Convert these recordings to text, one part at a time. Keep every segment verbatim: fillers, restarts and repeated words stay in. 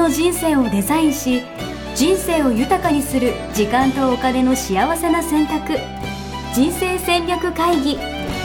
の人生をデザインし、人生を豊かにする時間とお金の幸せな選択、人生戦略会議。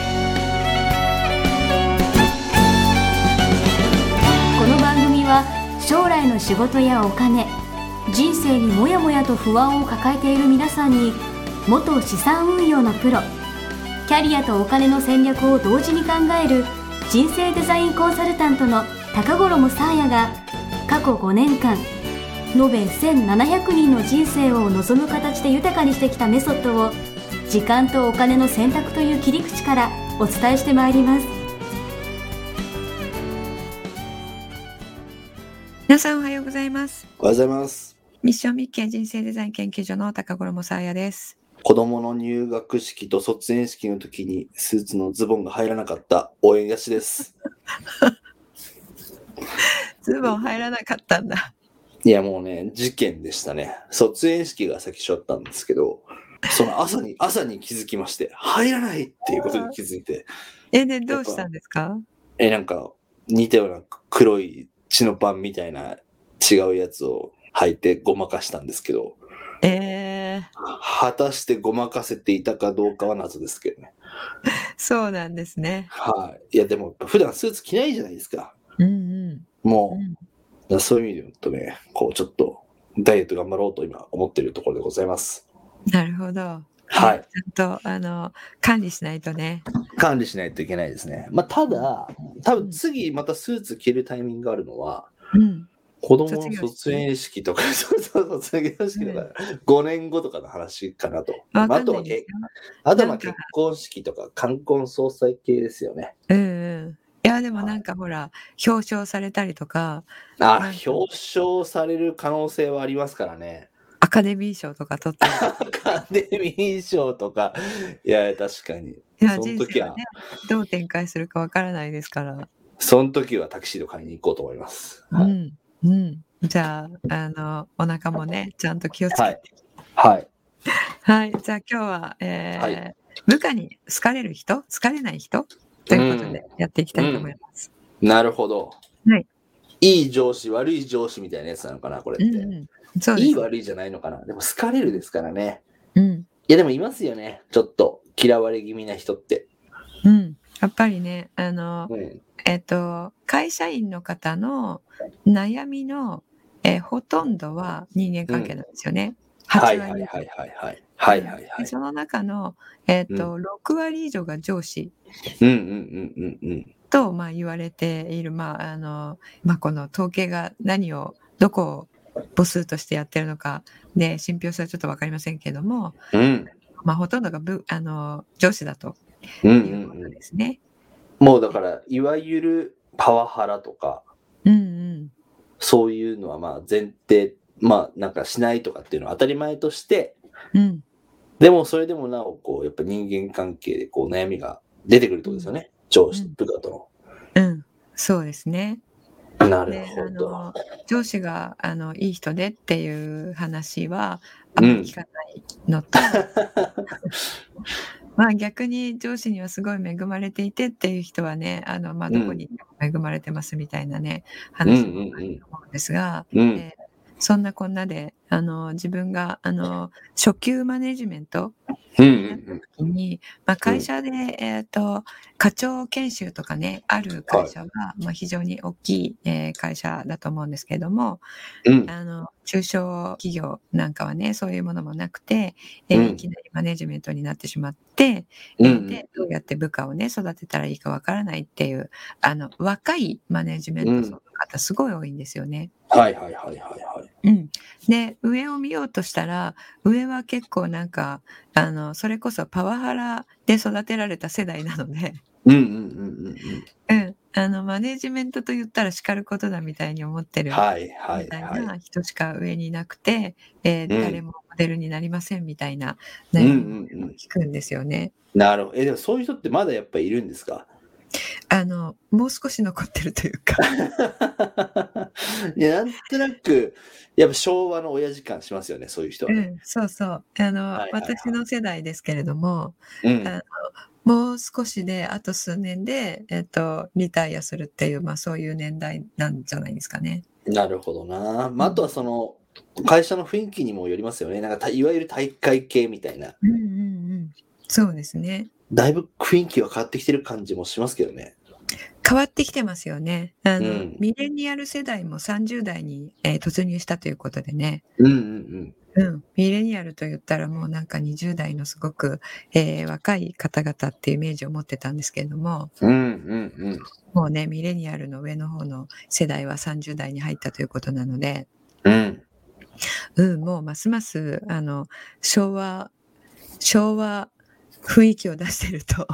この番組は将来の仕事やお金、人生にもやもやと不安を抱えている皆さんに、元資産運用のプロ、キャリアとお金の戦略を同時に考える人生デザインコンサルタントの高頃もさあやが、過去ごねんかん延べせんななひゃくにんの人生を望む形で豊かにしてきたメソッドを、時間とお金の選択という切り口からお伝えしてまいります。 皆さんおはようございます。 おはようございます。 ミッションミッケ人生デザイン研究所の高頃もさあやです。 子供の入学式と卒園式の時にスーツのズボンが入らなかった応援やしです。 ズボン入らなかったんだ。 いやもうね、事件でしたね。卒園式が先しょったんですけど、その朝に朝に気づきまして、入らないっていうことに気づいて。 え、でどうしたんですか？ え、なんか似たような黒いチノパンみたいな違うやつを履いてごまかしたんですけど、 えー、 果たしてごまかせていたかどうかは謎ですけどね。 そうなんですね。 はい。いやでも普段スーツ着ないじゃないですか。 うんうん。 もう、 うんだそういう意味で言うとね、こうちょっとダイエット頑張ろうと今思っているところでございます。 なるほど。 はい。 ちゃんとあの管理しないとね。 管理しないといけないですね。まあただ、多分次またスーツ着るタイミングがあるのは、 うん、 子供の卒園式とか、そうそう卒業式とか、ごねんごとかの話かなと。 わあとはかんないですよ。 あとはなんか結婚式とか冠婚葬祭系ですよね。 うんうん。いやでもなんかほら、表彰されたりとか、 あ、 なんか表彰される可能性はありますからね。 アカデミー賞とか取ったりアカデミー賞とか、いや確かに。 いやその人時は生はね、どう展開するかわからないですから。 その時はタキシード買いに行こうと思います。 うはい。 んうん。じゃああのお腹もねちゃんと気をつけて。 はい。はい。 はい。じゃあ今日は、えーはい部下に好かれる人、好かれない人ということでやっていきたいと思います。 なるほど。 はい。 いい上司、悪い上司みたいなやつなのかな、これって。 うんうん、そうです。 いい悪いじゃないのかな。でも好かれるですからね。 うん。 いやでもいますよね。ちょっと嫌われ気味な人って。 うん。やっぱりね、あの、 うん、 えっと、会社員の方の悩みの、えーほとんどは人間関係なんですよね。 うん、 はちわり。 はいはいはいはいはい。はいはいはい。 その中の、えっと、うん、ろくわり以上が上司。 うんうんうんうんうん。 と、まあ、言われている、まああのまあ、この統計が何をどこを母数としてやってるのかで信憑性はちょっと分かりませんけども、 うんまあ、ほとんどがぶあの上司だということですね。 うんうんうん、もうだからいわゆるパワハラとか、 うんうん、 そういうのはまあ前提、まあなんかしないとかっていうのは当たり前として、 うん、 でもそれでもなおこうやっぱ人間関係でこう悩みが出てくるってことですよね、うん、上司部下との。 うん、そうですね。 なるほど。 あの上司があのいい人でっていう話はあんまり聞かないのと、うん、まあ逆に上司にはすごい恵まれていてっていう人はね、あのまあどこに恵まれてますみたいなね、うん、話もあると思うんですが、うんうんうん、えー、そんなこんなであの自分があの初級マネジメントになった時に、まあ、会社で、えーと、課長研修とかねある会社は、まあ、非常に大きい、えー、会社だと思うんですけれども、うん、あの中小企業なんかはねそういうものもなくて、えー、いきなりマネジメントになってしまって、うん、えー、でどうやって部下をね育てたらいいかわからないっていうあの若いマネジメントの方すごい多いんですよね。 うん、はいはいはいはいはい。 うん、で上を見ようとしたら上は結構なんかあのそれこそパワハラで育てられた世代なので、 うんうんうんうんうん、あのマネジメントと言ったら叱ることだみたいに思ってるみたいな人しか上にいなくて、えーうん、誰もモデルになりませんみたいな悩みを聞くんですよね。 うんうんうん、なるほど。えでもそういう人ってまだやっぱりいるんですか？ あのもう少し残ってるというかいやなんとなくやっぱ昭和の親父感しますよね、そういう人はね。 うん、そうそうあの、はいはいはい、私の世代ですけれども、うん、あのもう少しであと数年で、えっと、リタイアするっていう、まあ、そういう年代なんじゃないですかね。 なるほどな。まあ、あとはその、会社の雰囲気にもよりますよね。なんかいわゆる体育会系みたいな。 うんうんうん。そうですね。 だいぶ雰囲気は変わってきてる感じもしますけどね。 変わってきてますよね。あの、 うん、 ミレニアル世代もさんじゅう代に、えー、突入したということでね。 うんうんうん。ミレニアルと言ったらもうなんかにじゅう代のすごく、えー、若い方々っていうイメージを持ってたんですけれども、 うん。うんうんうん。 もうね、ミレニアルの上の方の世代はさんじゅう代に入ったということなので、 うん。 うん、もうますます、あの、昭和、昭和雰囲気を出してると。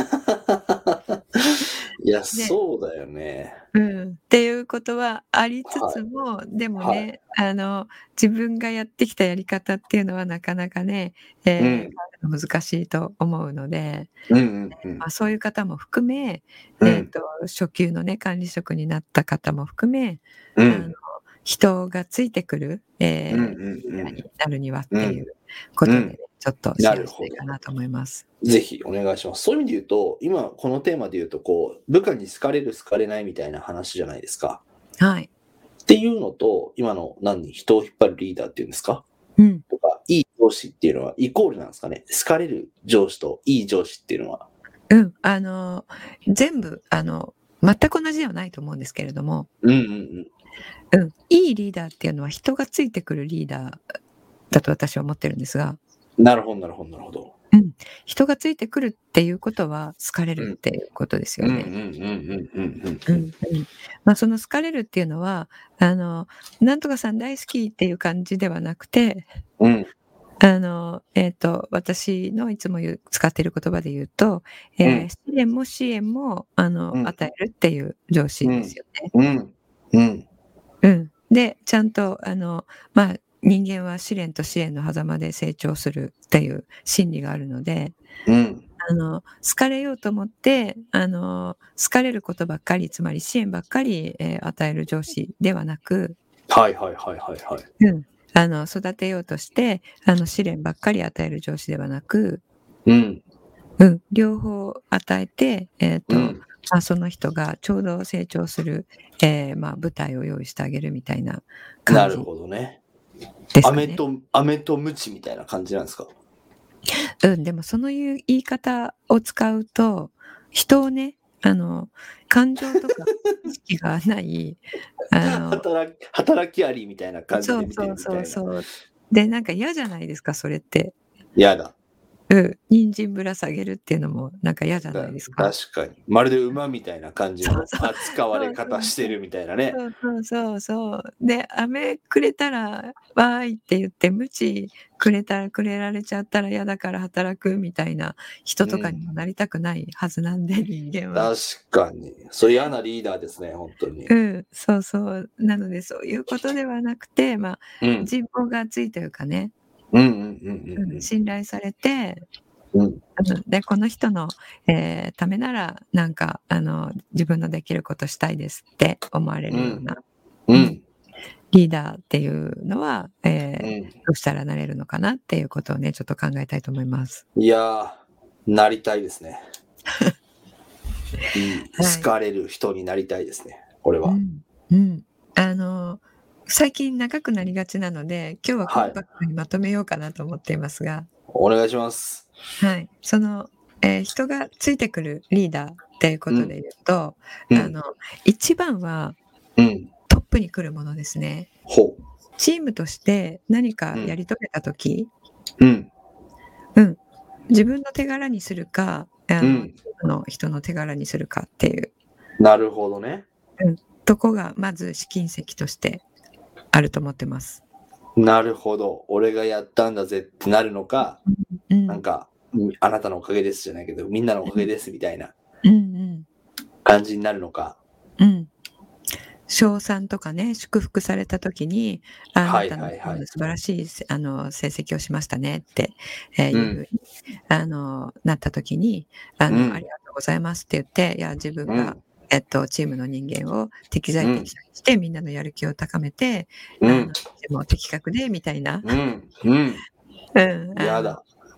いや、 ね。 そうだよね。 うん。っていうことはありつはい。 つも、でもはい。 ね、あの、自分がやってきたやり方っていうのはなかなかね、えー、 うん。 変えるの難しいと思うので、 うんうんうん。 まあ、そういう方も含め、 うん。 えっと、初級のね、管理職になった方も含め、 うあの、 ん。 人がついてくる、えー、 うんうんリーダーにうん。 なるにはっうん。 ていうことでね、 うん。 ちょっとシェアしなるほど。 たいかなと思います。 ぜひお願いします。そういう意味で言うと、今このテーマで言うと、こう、部下に好かれる好かれないみたいな話じゃないですか。 はい。 っていうのと、今の何、人を引っ張るリーダーっていうんですかうん。 とか、いい上司っていうのはイコールなんですかね。好かれる上司といい上司っていうのは。 うん。あの、全部、あの、全く同じではないと思うんですけれども、 うんうんうん。いいリーダーっていうのは人がついてくるリーダーだと私は思ってるんですが、 うん。なるほど、なるほど、なるほど。 うん。人がついてくるっていうことは好かれるうん。 っていうことですうんうんよね。 うんうんうんうんううん。 んうん。まあ、その好かれるっていうのは、あの、なんとかさん大好きっていう感じではなくて、 うん。 あの、えっと、私のいつも言う使っている言葉で言うと、 うえーん。 試練も支援も、あの、 うん。 与えるっていう上司うん。 ですよね。 うん。うん。 うん。で、ちゃんと、あの、まあ、人間は試練と支援の狭間で成長するっていう心理があるので、 うん。 あの、好かれようと思って、あの、好かれることばっかり、つまり支援ばっかり、えー与える上司ではなく、 はいはいはいはいはい。 うん。あの、育てようとして、あの、試練ばっかり与える上司ではなく、 うん。 うん、両方与えて、えっと、 うん。 まあ、その人がちょうど成長する、えーまあ、舞台を用意してあげるみたいななる感じほどね。 ですかね。 飴と、飴とムチみたいな感じなんですか？ うん、でもそのいう言い方を使うと、人をね、あの、感情とか意識がない、あの、 働き、働きありみたいな感じで見てそうそうるみたいな。 そうそう。で、なんか嫌じゃないですか、それって。 やだ。 うん、人参ぶら下げるっていうのもなんか嫌じゃなだいですか。 確かに。まるで馬みたいな感じのそうそう。 扱われ方してるみたいなね。 そうそうそうそう。で、飴くれたら、わーいって言って、鞭くれたら、くれられちゃったら嫌だから働くみたいな人とかにもなりたくないはずなんで、人間は。 確かに。そう嫌なリーダーですね、本当に。 うん、そうそう。なので、そういうことではなくて、まあ、 うん。 人望が厚いというかね、 うんうんうんうん、信頼されて、 うん。うん。 あので、この人の、えーためなら、なんか、あの、自分のできることしたいですって思われるような、 う。 うんん、リーダーっていうのは、えーうん。 どうしたらなれるのかなっていうことをね、ちょっと考えたいと思います。 いやー、なりたいですね。いい、 はい。 好かれる人になりたいですね、これは。 うん。うん。あの、最近長くなりがちなので、今日はコはい。 ンパクトにまとめようかなと思っていますが、 お願いします。 はい。その、えー人がついてくるリーダーっていうことで言うと、 うん。 あの、一番はうん。 トップに来るものですね。 ほチームとして何かう。うん。 やり遂げたとき、 うん。 うん、自分の手柄にするか、あの、 うん。 チームの人の手柄にするかっていう、 なるほどね。 うん、とこがまず試金石としてあると思ってます。 なるほど。俺がやったんだぜってなるのか、 うん。 なんか、うんあなたのおかげですじゃないけど、みんなのおかげですみたいなうんうん。 感じになるのか。 うん。称賛とかね、祝福された時に、あはないたのはいはい。 素晴らしいせあの成績をしましたねって、えーう。 いうふうんにあのなった時に、あうの、ありん。 がとうございますって言って、いや、自分が、 うん。 えっと、チームの人間を適材うん。 適所にして、みんなのやる気を高めて、 うん。 あの、もう的確でみたいな、 うん。うん。 うん、あの、 やだ。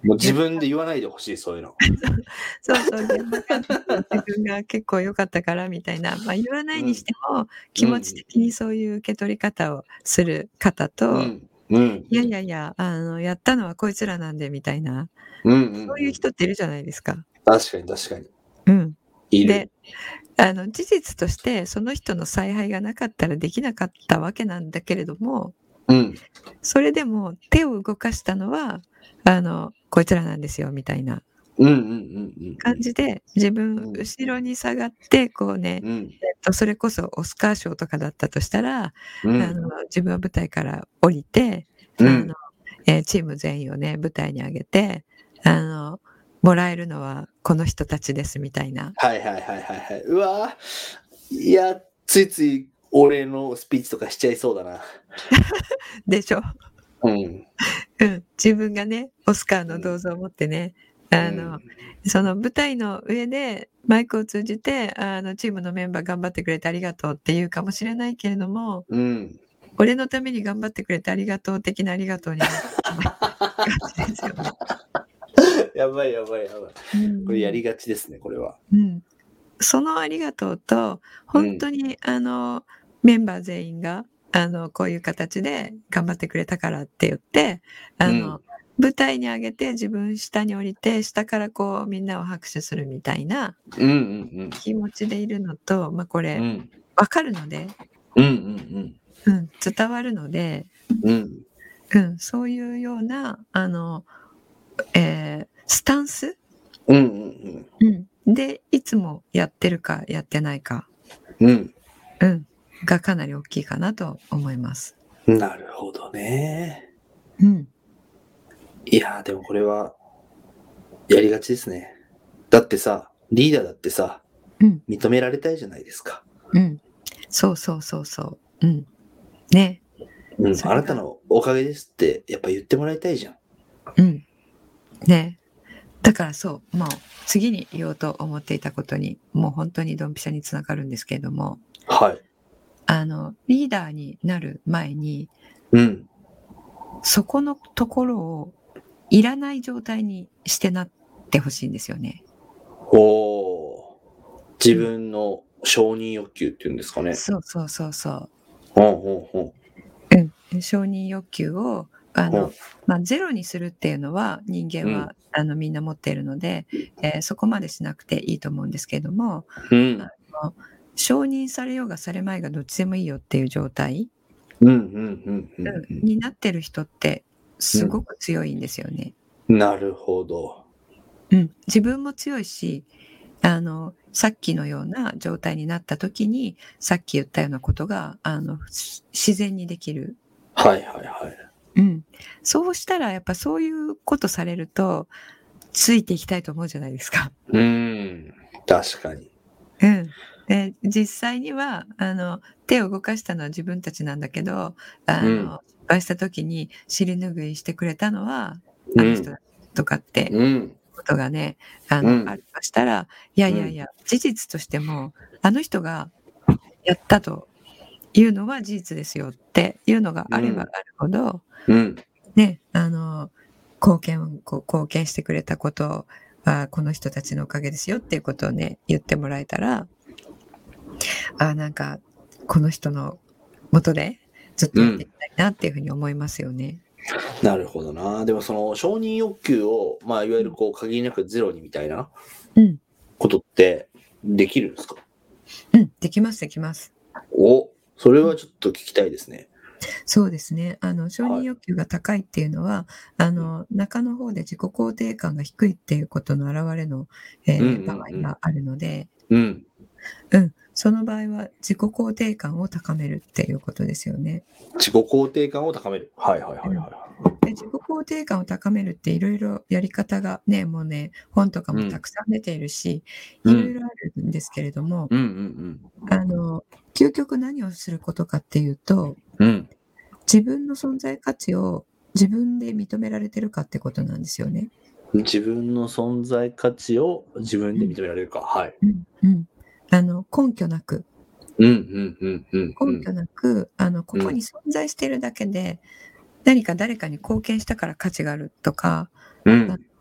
もう自分で言わないでほしい、そういうの。 そうそう、現場が自分が結構良かったからみたいな、まあ、言わないにしても、気持ち的にそういう受け取り方をする方と、 うんうんいやいやいや、あの、やったのはこいつらなんでみたいな、 うんうんうんそういう人っているじゃないですか。 確かに確かに。 うん。 いる。 で、あの、事実としてその人の采配がなかったらできなかったわけなんだけれども、 うんそれでも手を動かしたのは、あの、こいつらなんですよみたいなうんうんうんうん感じで、自分うん後ろに下がって、こうね、 うんえっと、それこそオスカー賞とかだったとしたら、 うんあの、自分は舞台から降りて、 うんあの、えーチーム全員をね、舞台に上げて、あの、もらえるのはこの人たちですみたいな。 はいはいはいはいはい。うわーいや、ついつい俺のスピーチとかしちゃいそうだな。 でしょ？ うん。 うん。自分がね、オスカーの銅像を持ってね、あの、その舞台の上でマイクを通じて、あの、チームのメンバー頑張ってくれてありがとうって言うかもしれないけれども、 うん。 俺のために頑張ってくれてありがとう的なありがとうになる感じですよね。 やばいやばいやばい。 うんこれやりがちですね、これは。 うん。そのありがとうと、本当に、あの、メンバー全員が、あの、こういう形で頑張ってくれたからって言って、あの、舞台に上げて自分下に降りて、下からこうみんなを拍手するみたいなうんうんうん。 気持ちでいるのと、まあ、これ、 うんわかるので、 うんうんうん、伝わるので、 うん。 うん、そういうような、あの、えースタンス、 うんうんうん、で、いつもやってるかやってないか、 うん。 うん、がかなり大きいかなと思います。 うん。なるほどね。 うん。 いやーでもこれは、やりがちですね。だってさ、リーダーだってさ、 うん。 認められたいじゃないですか。 うん。そうそうそうそう。うん。ね。 うん。 それがあなたのおかげですって、やっぱ言ってもらいたいじゃん。 うん。ね。だからそう、もう次に言おうと思っていたことに、もう本当にドンピシャにつながるんですけれども、 はい。 あの、リーダーになる前に、 うん。 そこのところをいらない状態にしてなってほしいんですよね。 おー。自分の承認欲求っていうんですかね。 そうそうそうそう。 ほんほんほん。 うん。承認欲求を、あの、 うんまあ、ゼロにするっていうのは人間は、あのみんな持っているので、えーそこまでしなくていいと思うんですけれども、 うん。 あの承認されようがされまいがどっちでもいいよっていう状態、 うんうんうんうんうんうになってる人ってすごく強いんですよね。 ん。なるほど。 うん、自分も強いし、あのさっきのような状態になった時にさっき言ったようなことがあのし自然にできる。 はいはいはい。 うん、そうしたらやっぱそういうことされるとついていきたいと思うじゃないですか。 うーん。確かに。 うん、で実際にはあの手を動かしたのは自分たちなんだけど、あの、 うん失敗した時に尻拭いしてくれたのはうんあの人だとかってうん。 ことがね、あの、 うんありましたら、いやいやいや、事実としてもあの人がやったというのは事実ですよっていうのがあればあるほど、 うん。 ね、あの貢献こう貢献してくれたことはこの人たちのおかげですよっていうことをね言ってもらえたら、あなんかこの人の元でずっとやっていきたいなっていうふうに思いますよね。 なるほどな。でもその承認欲求を、まあいわゆるこう限りなくゼロにみたいなうん、 ことってできるんですか？ うん、できますできます。 お、それはちょっと聞きたいですね。 そうですね。あの承認欲求が高いっていうのは、あの中の方で自己肯定感が低いっていうことの表れの、えーうんうんうん場合があるので、 うん。 うん、その場合は自己肯定感を高めるっていうことですよね。 自己肯定感を高める。はいはいはいはい。 で自己肯定感を高めるっていろいろやり方がね、もうね、本とかもたくさん出ているし、 うんいろいろあるんですけれども、 うんうんあの、究極何をすることかっていうと、 うん。うん。 自分の存在価値を自分で認められてるかってことなんですよね。 自分の存在価値を自分で認められるか。はい。 うんうん、あの根拠なく、 うんうんうんうんうん。 根拠なく、あのここに存在しているだけで、何か誰かに貢献したから価値があるとか、 うん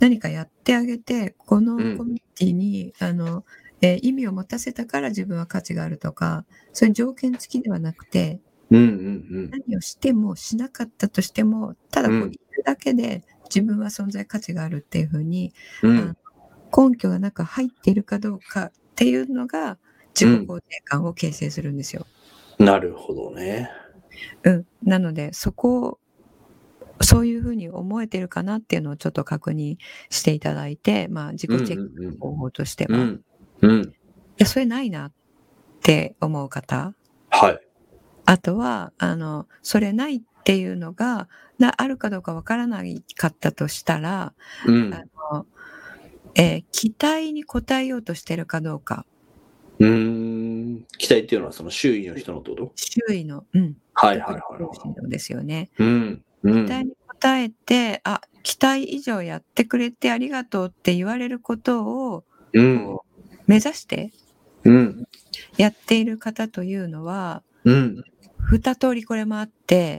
何かやってあげて、このうんコミュニティに、あの、えー意味を持たせたから自分は価値があるとか、そういう条件付きではなくて、 うんうん何をしてもしなかったとしても、ただこううんいるだけで自分は存在価値があるっていう風に、あうん根拠がなく入っているかどうかっていうのが、自己肯定感を形成するんですよ。 うん。なるほどね。 うん。なので、そこを、そういう風に思えてるかなっていうのをちょっと確認していただいて、まあ、自うん己チェックの方法としては。いうんうん。 や、それないなって思う方。 はい。 あとは、あの、それないっていうのが、なあるかどうかわからないかったとしたら、 うんあの、えー期待に応えようとしてるかどうか。 うーん。期待っていうのはその周囲の人のってこと？ 周囲の、うん。 はいはい特にはいはい。 上司のですよね。 うんうん期待に応えて、あ、期待以上やってくれてありがとうって言われることを、 うんこう、目指してうんやっている方というのは、 うん二通りこれもあって、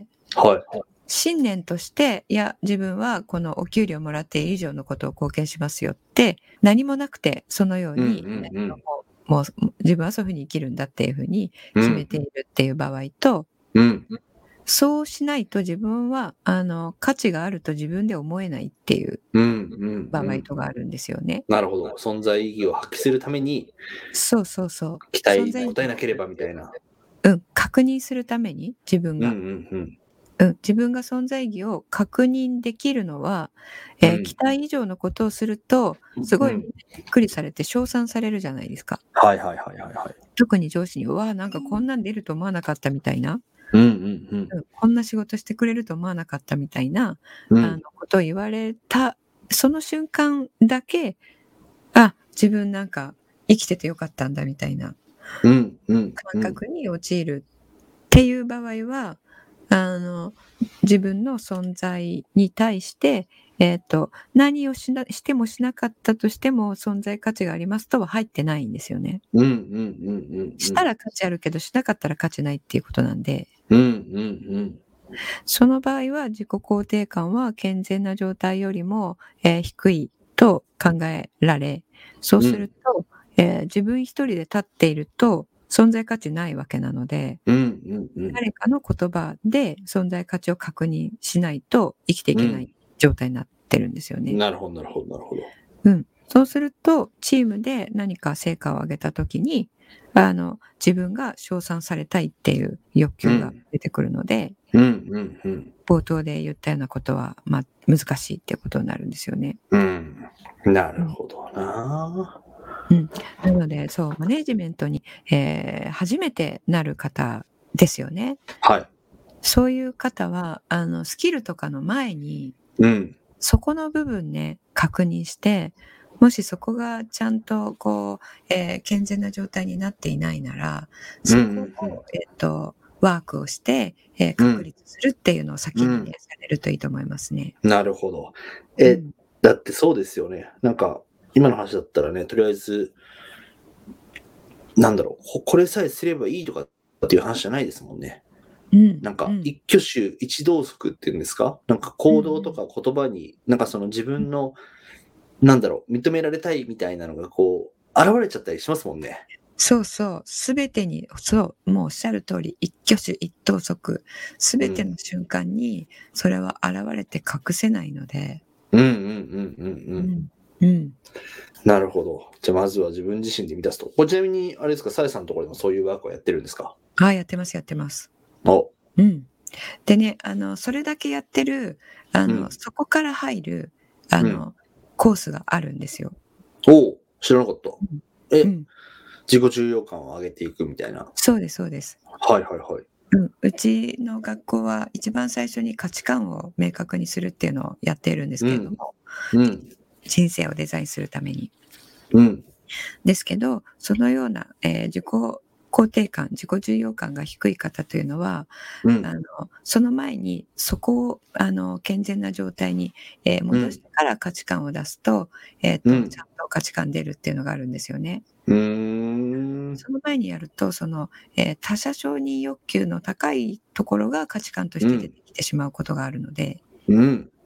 はい信念として、いや、自分はこのお給料もらっている以上のことを貢献しますよって、何もなくて、そのよううんに、 うんうんもう自分はそういうふうに生きるんだっていうふうに決めているっていう場合と、 うんそうしないと自分は、あの、価値があると自分で思えないっていううんうん場合うん。 とがあるんですよね。 なるほど。存在意義を発揮するためにそうそうそう。 期待に存在意義応えなければみたいな。 うん、確認するために自分が、 うんうんうんうん、自分が存在意義を確認できるのは、えーうん期待以上のことをすると、すごいうんびっくりされて称賛されるじゃないですか。 はいはいはいはいはい。 特に上司に、うわあ、なんかこんなん出ると思わなかったみたいな、 うんうんうんうん、こんな仕事してくれると思わなかったみたいな、 うんあの、ことを言われた、その瞬間だけ、あ、自分なんか生きててよかったんだみたいなうんうん感覚に陥るっていう場合は、あの、自分の存在に対して、えっと、何をしなしてもしなかったとしても存在価値がありますとは入ってないんですよね。 うんうんうんうん。 したら価値あるけど、しなかったら価値ないっていうことなんで、 うんうんその場合は自己肯定感は健全な状態よりも、えー低いと考えられ、そうすると、えー自分一人で立っていると存在価値ないわけなので、 うんうんうん誰かの言葉で存在価値を確認しないと生きていけない状態になってるんですよね。 なるほどなるほどなるほど。 うん。そうすると、チームで何か成果を上げたときに、あの、自分が称賛されたいっていう欲求が出てくるので、 うんうんうん冒頭で言ったようなことは、まあ、難しいってことになるんですよね。 うん。なるほどな。 うん。なので、そう、マネジメントに、えー初めてなる方ですよね。 はい。 そういう方は、あの、スキルとかの前に、 うんそこの部分ね、確認して、もしそこがちゃんと、こう、えー健全な状態になっていないなら、そこうんうんうんを、えっと、ワークをして、えー確立するっていうのを先にうんね、されるといいと思いますね。 なるほど。え、 うんだってそうですよね。なんか、今の話だったらね、とりあえず、なんだろう、ここれさえすればいいとかっていう話じゃないですもんね。 うん。 なんかう、ん一挙手一動足っていうんですか？なんか行動とか言葉に、なんかその自分の、なんだろう、認められたいみたいなのがこう、現れちゃったりしますもんね。 そうそう。すべてに、そう、もうおっしゃる通り、一挙手一投足、すべての瞬間に、それは現れて隠せないので。 うんうんうんうんうん。 ん。うん。 なるほど。じゃあまずは自分自身で満たすと。これちなみに、あれですか、さえさんのところでもそういうワークをやってるんですか？ ああ、やってます、やってます。 お、 うん。でね、あの、それだけやってる、あの、 うんそこから入る、あの、コースがあるんですよ。 お、知らなかった。え、 うん。 自己重要感を上げていくみたいな。 そうです、そうです。 はいはいはい。 うん。うちの学校は一番最初に価値観を明確にするっていうのをやっているんですけれども、 うん。 人生をデザインするために。 うん。 ですけど、そのような、えー自己肯定感、自己重要感が低い方というのは、 うん。 あの、その前にそこを、あの、健全な状態に、えー戻してから価値観を出すと、えっと、 うんちゃんと価値観出るっていうのがあるんですよね。 うーん。 その前にやると、その、えー他者承認欲求の高いところが価値観として出てきてしまうことがあるので、 うん。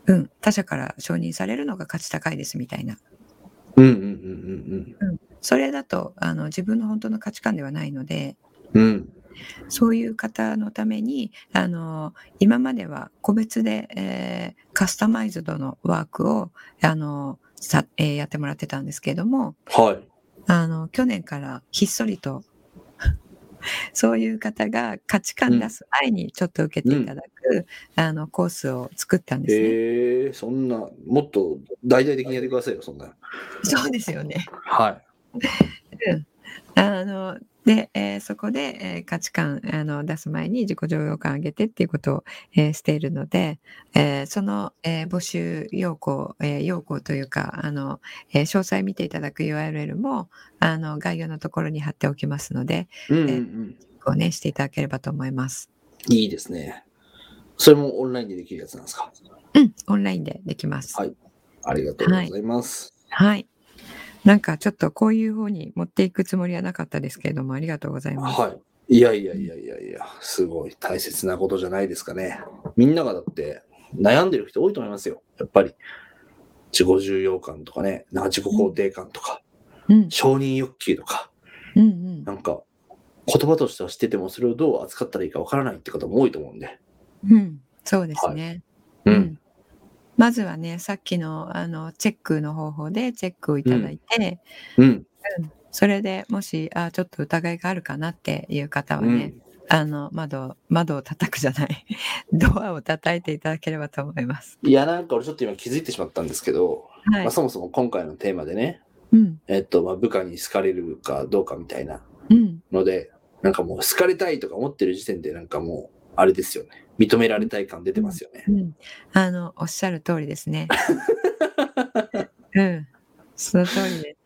うん、他者から承認されるのが価値高いですみたいな。 うんうんうんうん、それだとあの自分の本当の価値観ではないので、 うんうん。 そういう方のためにあの今までは個別で、えーカスタマイズドのワークをあのさ、えーやってもらってたんですけれども、 はい。 あの去年からひっそりとそういう方が価値観出す前にちょっと受けていただく、あのコースを作ったんですね。 へえ、そんな、もっと大々的にやってくださいよ、そんな。 そうですよね。 はうんあので、えーそこで、えー価値観あの出す前に自己常用感上げてっていうことを、えーしているので、えーその、えー募集要項、えー要項というかあの、えー詳細見ていただく ユーアールエル もあの概要のところに貼っておきますので、 い。うんうんうえーん。 こうね、していただければと思います。 いいですね。それもオンラインでできるやつなんですか？ うん、オンラインでできます。 はい。ありがとうございます。 はい。なんかちょっとこういう方に持っていくつもりはなかったですけれども、ありがとうございます。 はい。いやいやいやいやいや、すごい大切なことじゃないですかね。みんながだって悩んでる人多いと思いますよ。やっぱり。自己重要感とかね、なんか自己肯定感とか、 うん、 承認欲求とか、 うん、うんなんか言葉としては知っててもそれをどう扱ったらいいかわからないって方も多いと思うんで。 うん、そうですね。 う。 うんんまずはね、さっきのあのチェックの方法でチェックをいただいて、 うん。 うんそれでもし、あ、ちょっと疑いがあるかなっていう方はね、 うん。 あの窓、窓を叩くじゃない、ドアを叩いていただければと思います。 いや、なんか俺ちょっと今気づいてしまったんですけど、 はいまあ、そもそも今回のテーマでね、 うん、 えっと、まあ、部下に好かれるかどうかみたいなうん、 ので、なんかもう好かれたいとか思ってる時点でなんかもう、あれですよね。認められたい感出てますよね。 うん。あの、おっしゃる通りですね。うん。その通りです。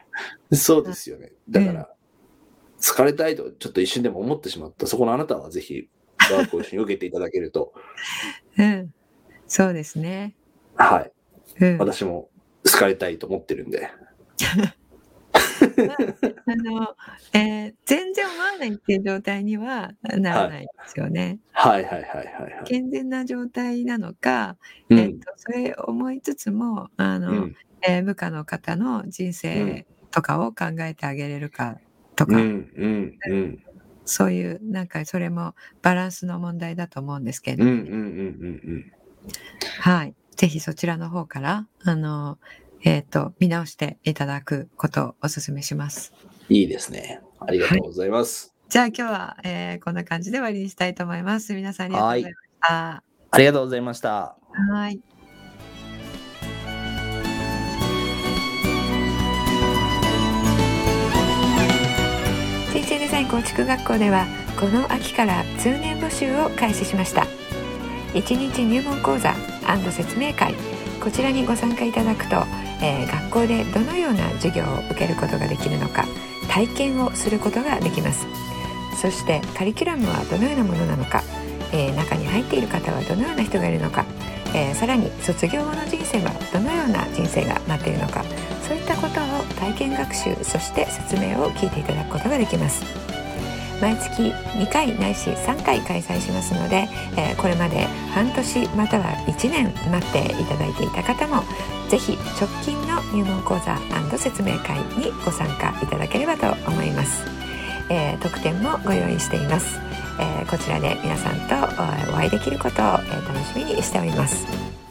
そうですよね。だから、好かれたいとちょっと一瞬でも思ってしまった、そこのあなたはぜひ、ワークを一緒に受けていただけると、 うん。そうですね。 はい。 うん。 私も好かれたいと思ってるんで。 まあ、あの、えー全然思わないっていう状態にはならないですよね。 はいはいはいはいはい。 健全な状態なのか、 うん。 えっと、それ思いつつも、あうの、 ん。 えー部下の方の人うん生とかを考えてあげれるかとか、 うんうんうんそういう、なんかそれもバランスの問題だと思うんですけれども、 うんうんうんうんはい。ぜひそちらの方から、あの、えっと、見直していただくことをお勧めします。 いいですね。ありがとうございます。 じゃあ今日は、えーこんな感じで終わりにしたいと思います。皆さんありがとうございました。 ありがとうございました。 はい。人生デザイン構築学校ではこの秋から通年募集を開始しました。いちにち入門講座&説明会、こちらにご参加いただくと、えー学校でどのような授業を受けることができるのか体験をすることができます。そしてカリキュラムはどのようなものなのか、えー中に入っている方はどのような人がいるのか、えーさらに卒業後の人生はどのような人生が待っているのか、そういったことを体験学習、そして説明を聞いていただくことができます。毎月にかいないしさんかい開催しますので、えーこれまで半年またはいちねん待っていただいていた方もぜひ直近の入門講座&説明会にご参加いただければと思います。えー特典もご用意しています。えーこちらで皆さんとお会いできることを、えー楽しみにしております。